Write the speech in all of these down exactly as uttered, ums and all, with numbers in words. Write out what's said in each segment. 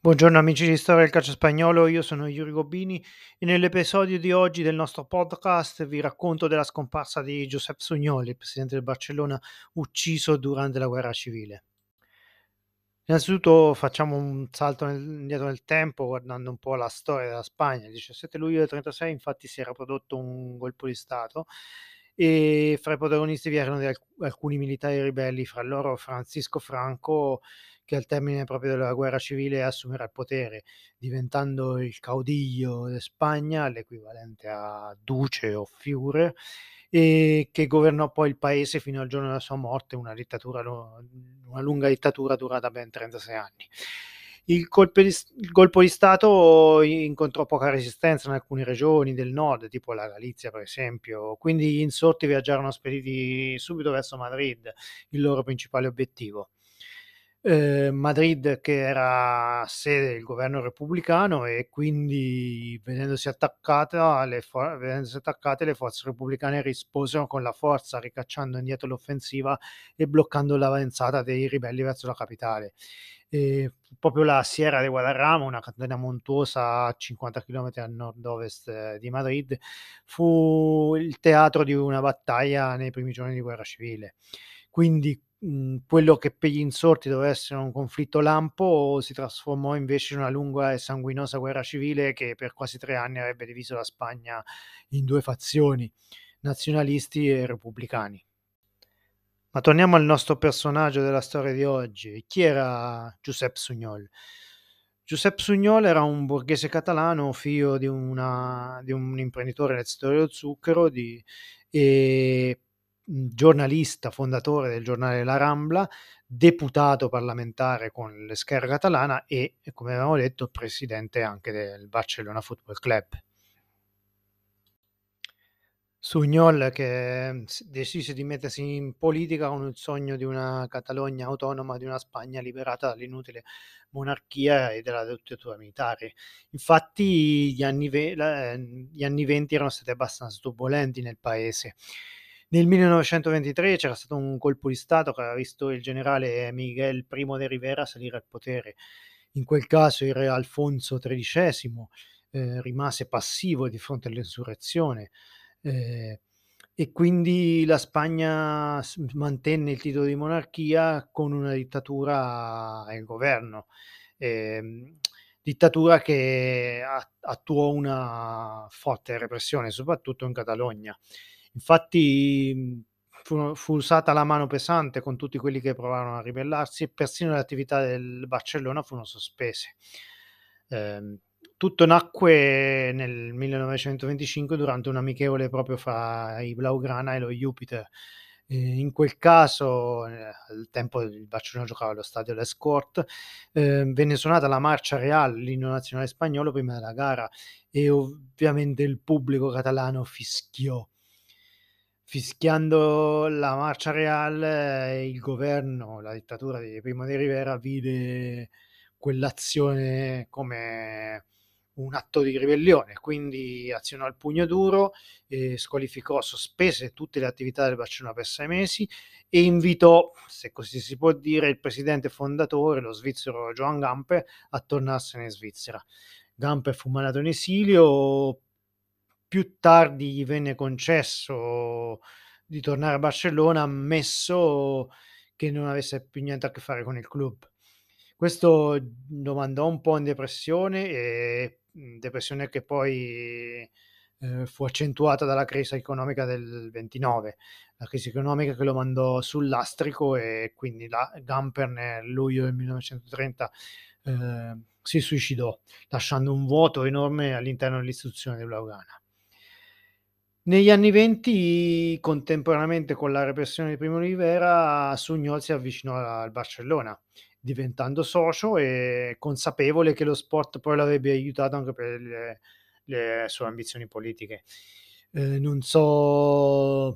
Buongiorno amici di Storia del Calcio Spagnolo, io sono Yuri Gobini e nell'episodio di oggi del nostro podcast vi racconto della scomparsa di Josep Sugnol, il presidente del Barcellona ucciso durante la guerra civile. Innanzitutto facciamo un salto nel- indietro nel tempo guardando un po' la storia della Spagna. Il diciassette luglio del trentasei infatti si era prodotto un colpo di Stato e fra i protagonisti vi erano di alc- alcuni militari ribelli, fra loro Francisco Franco, che al termine proprio della guerra civile assumerà il potere, diventando il caudillo di Spagna, l'equivalente a duce o fiure, e che governò poi il paese fino al giorno della sua morte, una dittatura lo una lunga dittatura durata ben trentasei anni. Il colpe di s il colpo di Stato incontrò poca resistenza in alcune regioni del nord, tipo la Galizia per esempio, quindi gli insorti viaggiarono spediti subito verso Madrid, il loro principale obiettivo. Ehm, Madrid che era sede del governo repubblicano e quindi vedendosi attaccata le for vedendosi attaccate le forze repubblicane risposero con la forza, ricacciando indietro l'offensiva e bloccando l'avanzata dei ribelli verso la capitale. Ehm, proprio la Sierra de Guadarrama, una catena montuosa a cinquanta chilometri a nord-ovest eh, di Madrid, fu il teatro di una battaglia nei primi giorni di guerra civile. Quindi, mhmm, quello che per gli insorti doveva essere un conflitto lampo si trasformò invece in una lunga e sanguinosa guerra civile che per quasi tre anni avrebbe diviso la Spagna in due fazioni, nazionalisti e repubblicani. Ma torniamo al nostro personaggio della storia di oggi. Chi era Josep Sunyol? Josep Sunyol era un borghese catalano, figlio di una di un imprenditore nel settore dello zucchero, di e, mhmm, giornalista, fondatore del giornale La Rambla, deputato parlamentare con l'Esquerra Catalana e, come avevamo detto, presidente anche del Barcellona Football Club. Sugnol che s decise di mettersi in politica con il sogno di una Catalogna autonoma, di una Spagna liberata dall'inutile monarchia e dalla dittatura militare. Infatti gli anni ve la ehm, gli anni 'venti erano stati abbastanza turbolenti nel paese. Nel millenovecentoventitré c'era stato un colpo di stato che aveva visto il generale Miguel Primo de Rivera salire al potere. In quel caso il re Alfonso tredicesimo, ehm, rimase passivo di fronte all'insurrezione. Ehm, e quindi la Spagna s mantenne il titolo di monarchia con una dittatura al governo. Ehm, Dittatura che a attuò una forte repressione, soprattutto in Catalogna. Infatti, mhmm, fu fu usata la mano pesante con tutti quelli che provarono a ribellarsi e persino le attività del Barcellona furono sospese. Ehm, Tutto nacque nel millenovecentoventicinque durante un amichevole proprio fra i Blaugrana e lo Jupiter. Ehm, in quel caso, ehm, al tempo il Barcellona giocava allo stadio Les Corts, ehm, venne suonata la marcia real, l'inno nazionale spagnolo prima della gara e ovviamente il pubblico catalano fischiò. Fischiando la marcia real, ehm, il governo, la dittatura di Primo de Rivera vide quell'azione come un atto di ribellione, quindi azionò il pugno duro e squalificò, sospese tutte le attività del Barcellona per sei mesi e invitò, se così si può dire, il presidente fondatore, lo svizzero Johann Gamper, a tornarsene in Svizzera. Gamper fu mandato in esilio, più tardi gli venne concesso di tornare a Barcellona, ammesso che non avesse più niente a che fare con il club. Questo lo mandò un po' in depressione e, mhmm, depressione che poi, ehm, fu accentuata dalla crisi economica del 'ventinove, la crisi economica che lo mandò sul lastrico e quindi la Gamper nel luglio del millenovecentotrenta, ehm, si suicidò, lasciando un vuoto enorme all'interno dell'istituzione di Blaugrana. Negli anni 'venti, contemporaneamente con la repressione di Primo de Rivera, Suñol si avvicinò al Barcellona, diventando socio e consapevole che lo sport poi lo avrebbe aiutato anche per le le sue ambizioni politiche. Ehm, non so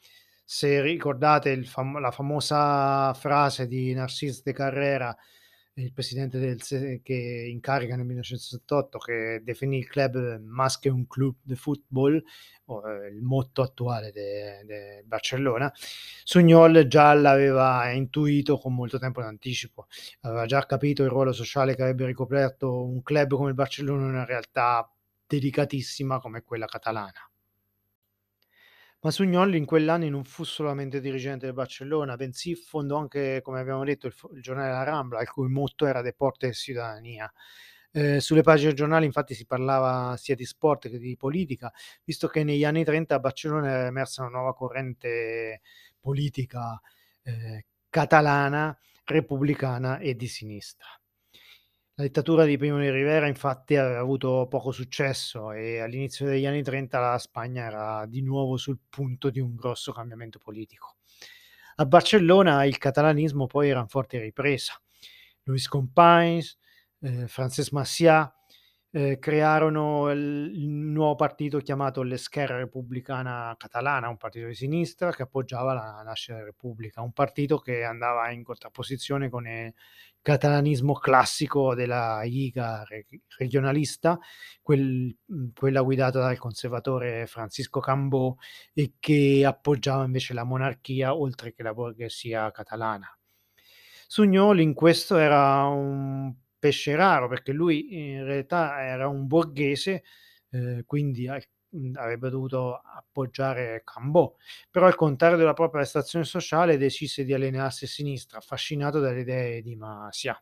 se ricordate il fam la famosa frase di Narcís de Carrera, il presidente del se che in carica nel millenovecentosettantotto, che definì il club "más que un club de fútbol", o ehm, il motto attuale de de Barcellona, Sugnol già l'aveva intuito con molto tempo d'anticipo. Aveva già capito il ruolo sociale che avrebbe ricoperto un club come il Barcellona in una realtà delicatissima come quella catalana. Ma Sugnol in quell'anni non fu solamente dirigente del Barcellona, bensì fondò anche, come abbiamo detto, il, fo- il giornale La Rambla, il cui motto era Deportes e Ciudadanía. Eh, sulle pagine del giornale infatti si parlava sia di sport che di politica, visto che negli anni trenta a Barcellona era emersa una nuova corrente politica eh, catalana, repubblicana e di sinistra. La dittatura di Primo de Rivera infatti aveva avuto poco successo e all'inizio degli anni trenta la Spagna era di nuovo sul punto di un grosso cambiamento politico. A Barcellona il catalanismo poi era in forte ripresa. Luis Companys, eh, Francesc Macià eh, crearono il, il nuovo partito chiamato l'Esquerra Repubblicana Catalana, un partito di sinistra che appoggiava la nascita della Repubblica, un partito che andava in contrapposizione con il catalanismo classico della Lliga re- regionalista, quel- mh, quella guidata dal conservatore Francisco Cambó e che appoggiava invece la monarchia oltre che la borghesia catalana. Sugnoli in questo era un pesce raro perché lui in realtà era un borghese, ehm, quindi al mhmm, avrebbe dovuto appoggiare Cambò, però al contrario della propria estrazione sociale decise di allinearsi a sinistra, affascinato dalle idee di Macià.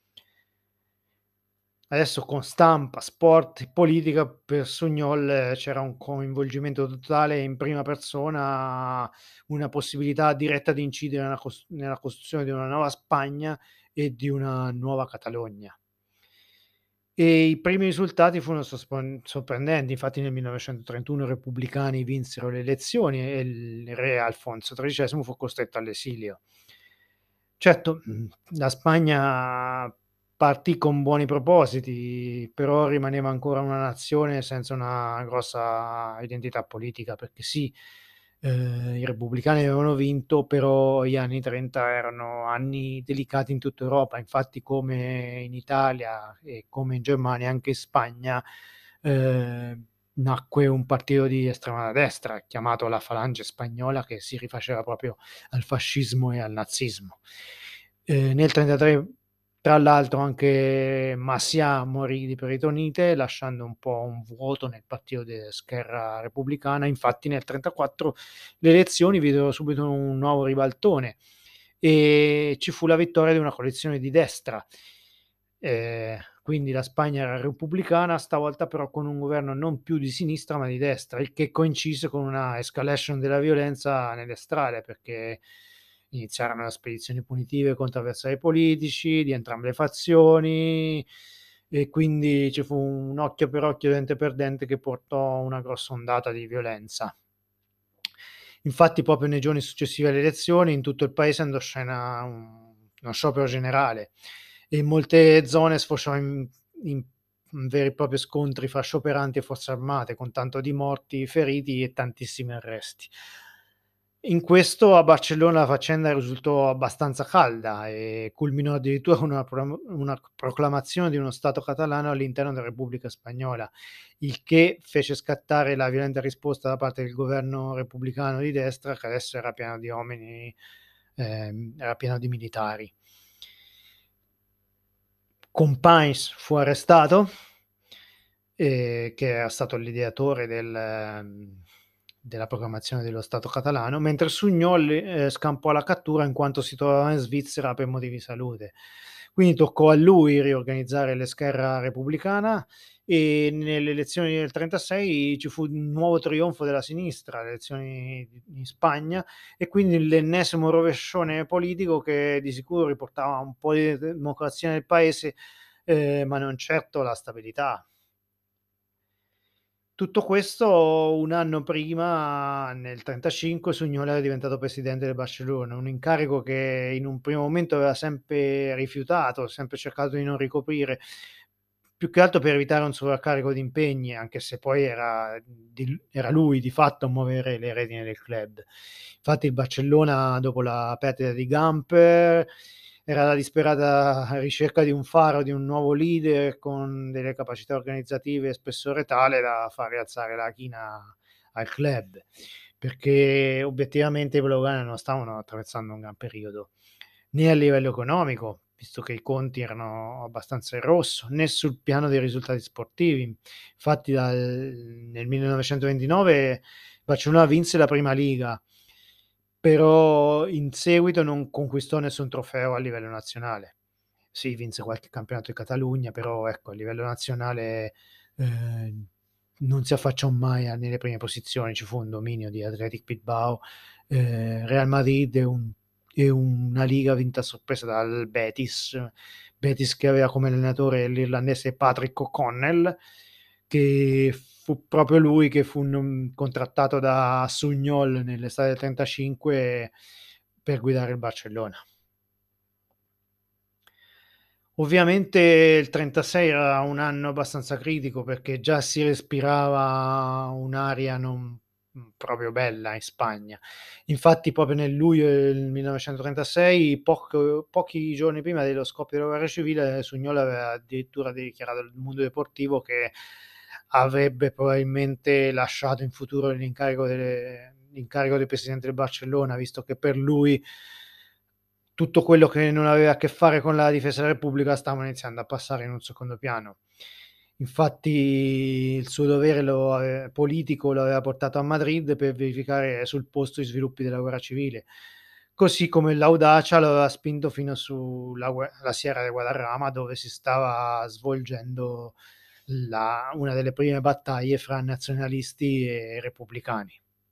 Adesso con stampa, sport e politica per Sugnol eh, c'era un coinvolgimento totale in prima persona, una possibilità diretta di incidere nella cos nella costruzione di una nuova Spagna e di una nuova Catalogna. E i primi risultati furono sospon sorprendenti, infatti nel millenovecentotrentuno i repubblicani vinsero le elezioni e il re Alfonso tredicesimo fu costretto all'esilio. Certo, mhmm, la Spagna partì con buoni propositi, però rimaneva ancora una nazione senza una grossa identità politica, perché sì, ehm, i repubblicani avevano vinto, però gli anni 'trenta erano anni delicati in tutta Europa. Infatti, come in Italia e come in Germania, anche in Spagna, ehm, nacque un partito di estrema destra chiamato la Falange Spagnola, che si rifaceva proprio al fascismo e al nazismo. Ehm, nel 'trentatré tra l'altro anche Macià morì di peritonite, lasciando un po' un vuoto nel partito de Scherra Repubblicana. Infatti nel 'trentaquattro le elezioni videro subito un nuovo ribaltone e ci fu la vittoria di una coalizione di destra. Ehm, quindi la Spagna era repubblicana, stavolta però con un governo non più di sinistra ma di destra, il che coincise con una escalation della violenza nelle strade, perché iniziarono le spedizioni punitive contro avversari politici di entrambe le fazioni e quindi ci fu un occhio per occhio, dente per dente che portò a una grossa ondata di violenza. Infatti proprio nei giorni successivi alle elezioni in tutto il paese andò scena un uno sciopero generale e in molte zone sfociò in in veri e propri scontri fra scioperanti e forze armate, con tanto di morti, feriti e tantissimi arresti. In questo a Barcellona la faccenda risultò abbastanza calda e culminò addirittura con una prom una proclamazione di uno stato catalano all'interno della Repubblica Spagnola, il che fece scattare la violenta risposta da parte del governo repubblicano di destra, che adesso era pieno di uomini, ehm, era pieno di militari. Companys fu arrestato, ehm, che era stato l'ideatore del mhmm, della proclamazione dello Stato catalano, mentre Sugnol, ehm, scampò alla cattura in quanto si trovava in Svizzera per motivi di salute. Quindi toccò a lui riorganizzare l'Esquerra Repubblicana e nelle elezioni del 'trentasei ci fu un nuovo trionfo della sinistra, alle elezioni in Spagna, e quindi l'ennesimo rovescione politico che di sicuro riportava un po' di democrazia nel paese, ehm, ma non certo la stabilità. Tutto questo un anno prima, nel 'trentacinque, Suñol era diventato presidente del Barcellona, un incarico che in un primo momento aveva sempre rifiutato, sempre cercato di non ricoprire, più che altro per evitare un sovraccarico di impegni, anche se poi era di era lui di fatto a muovere le redini del club. Infatti il Barcellona dopo la perdita di Gamper era la disperata ricerca di un faro, di un nuovo leader con delle capacità organizzative e spessore tale da far rialzare la china al club, perché obiettivamente i blaugrana non stavano attraversando un gran periodo, né a livello economico, visto che i conti erano abbastanza in rosso, né sul piano dei risultati sportivi. Infatti dal nel millenovecentoventinove Barcellona vinse la prima Liga, però in seguito non conquistò nessun trofeo a livello nazionale. Sì, vinse qualche campionato di Catalogna, però ecco a livello nazionale, ehm, non si affacciò mai a nelle prime posizioni, ci fu un dominio di Athletic Bilbao, ehm, Real Madrid e un e una Liga vinta a sorpresa dal Betis, Betis che aveva come allenatore l'irlandese Patrick O'Connell, che fu proprio lui che fu nom contrattato da Sugnol nell'estate del 'trentacinque per guidare il Barcellona. Ovviamente il 'trentasei era un anno abbastanza critico perché già si respirava un'aria non, mhmm, proprio bella in Spagna. Infatti proprio nel luglio del millenovecentotrentasei, poco pochi giorni prima dello scoppio della guerra civile, Sugnol aveva addirittura dichiarato al Mundo Deportivo che avrebbe probabilmente lasciato in futuro l'incarico delle l'incarico di presidente del Barcellona, visto che per lui tutto quello che non aveva a che fare con la difesa della Repubblica stava iniziando a passare in un secondo piano. Infatti il suo dovere lo ave politico lo aveva portato a Madrid per verificare sul posto i sviluppi della guerra civile, così come l'audacia lo aveva spinto fino sulla gue la Sierra de Guadarrama, dove si stava svolgendo la una delle prime battaglie fra nazionalisti e repubblicani.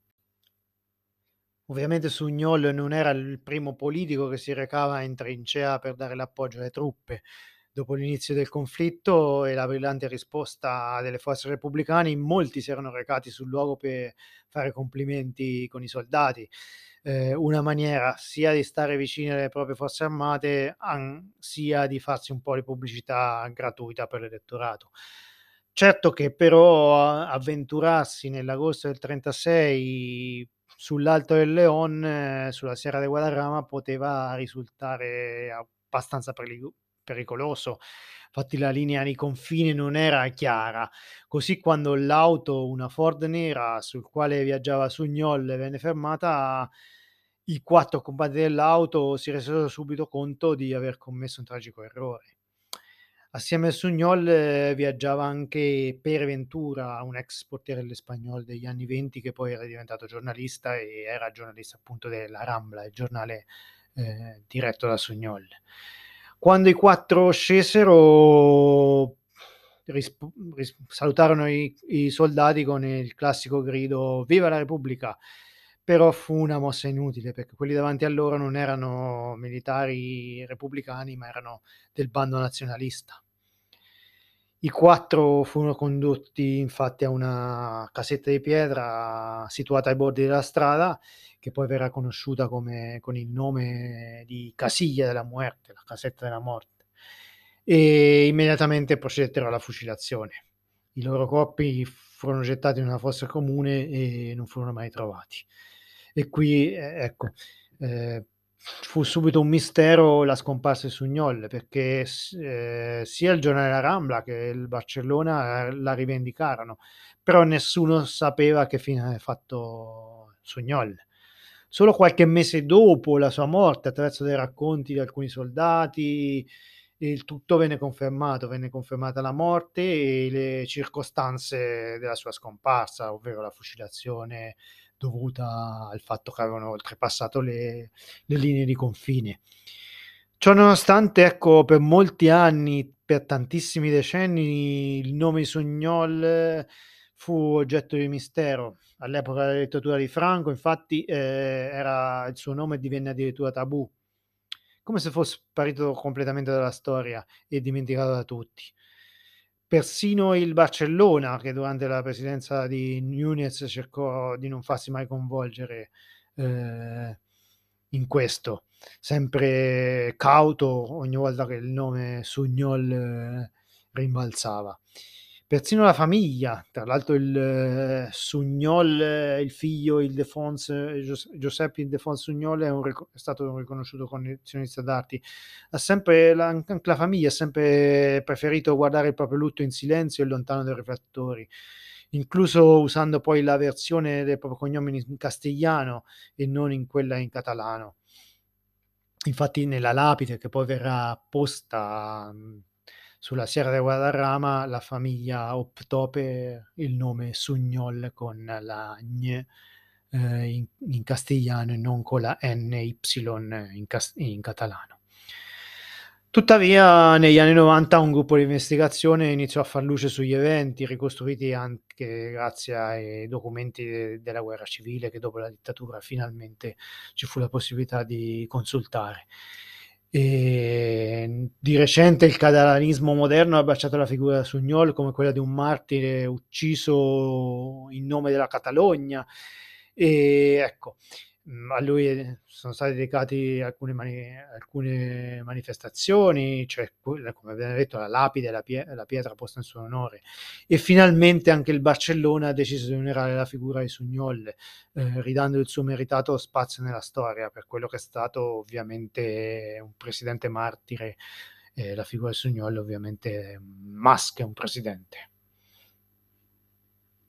Ovviamente Sugnol non era il primo politico che si recava in trincea per dare l'appoggio alle truppe. Dopo l'inizio del conflitto e la brillante risposta delle forze repubblicane, in molti si erano recati sul luogo per fare complimenti con i soldati. Ehm, una maniera sia di stare vicini alle proprie forze armate, an sia di farsi un po' di pubblicità gratuita per l'elettorato. Certo che però a avventurarsi nell'agosto del 'trentasei sull'Alto del León, eh, sulla Sierra de Guadarrama, poteva risultare abbastanza preligo pericoloso. Infatti la linea di confine non era chiara, così quando l'auto, una Ford nera sul quale viaggiava Sugnol, venne fermata, i quattro compagni dell'auto si resero subito conto di aver commesso un tragico errore. Assieme a Sugnol eh, viaggiava anche Pere Ventura, un ex portiere dell'Espanyol degli anni 'venti che poi era diventato giornalista e era giornalista appunto della Rambla, il giornale, ehm, diretto da Sugnol. Quando i quattro scesero, risp ris salutarono i i soldati con il classico grido: "Viva la Repubblica!" Però fu una mossa inutile, perché quelli davanti a loro non erano militari repubblicani, ma erano del bando nazionalista. I quattro furono condotti infatti a una casetta di pietra situata ai bordi della strada, che poi verrà conosciuta come con il nome di Casilla de la Muerte, la casetta della morte, e immediatamente procedettero alla fucilazione. I loro corpi furono gettati in una fossa comune e non furono mai trovati. E qui, e ecco, ehm, fu subito un mistero la scomparsa di Sugnol, perché s ehm, sia il giornale La Rambla che il Barcellona, ehm, la rivendicarono, però nessuno sapeva che fine ave fatto Sugnol. Solo qualche mese dopo la sua morte, attraverso dei racconti di alcuni soldati, il tutto venne confermato, venne confermata la morte e le circostanze della sua scomparsa, ovvero la fucilazione dovuta al fatto che avevano oltrepassato le le linee di confine. Ciononostante, ecco, per molti anni, per tantissimi decenni, il nome Sugnol fu oggetto di mistero. All'epoca della dittatura di Franco, infatti, ehm, era il suo nome divenne addirittura tabù, come se fosse sparito completamente dalla storia e dimenticato da tutti. Persino il Barcellona, che durante la presidenza di Núñez cercò di non farsi mai coinvolgere, ehm, in questo, sempre cauto ogni volta che il nome Suñol eh, rimbalzava. Persino la famiglia, tra l'altro il Sugnol, il figlio Ildefons Gius Giuseppe Ildefons Sugnol è un rico è stato un riconosciuto collezionista d'arti. Ha sempre la anche anche la famiglia ha sempre preferito guardare il proprio lutto in silenzio e lontano dai riflettori, incluso usando poi la versione del proprio cognome in in castigliano e non in quella in catalano. Infatti nella lapide che poi verrà apposta, mhmm, sulla Sierra de Guadarrama, la famiglia optò per il nome Sugnol con la ñ, ehm, in in castigliano e non con la enne ipsilon in cas in catalano. Tuttavia negli anni 'novanta un gruppo di investigazione iniziò a far luce sugli eventi, ricostruiti anche grazie ai documenti de della guerra civile che dopo la dittatura finalmente ci fu la possibilità di consultare. Ehm, di recente il catalanismo moderno ha abbracciato la figura Sugnol come quella di un martire ucciso in nome della Catalogna. E ecco, mhmm, a lui, ehm, sono stati dedicati alcune mani alcune manifestazioni, cioè quella, come abbiamo detto, la lapide, la pie la pietra posta in suo onore. E finalmente anche il Barcellona ha deciso di onorare la figura di Sugnol, ehm, ridando il suo meritato spazio nella storia per quello che è stato ovviamente un presidente martire. Ehm, la figura di Sugnol ovviamente, mhmm, más che un presidente.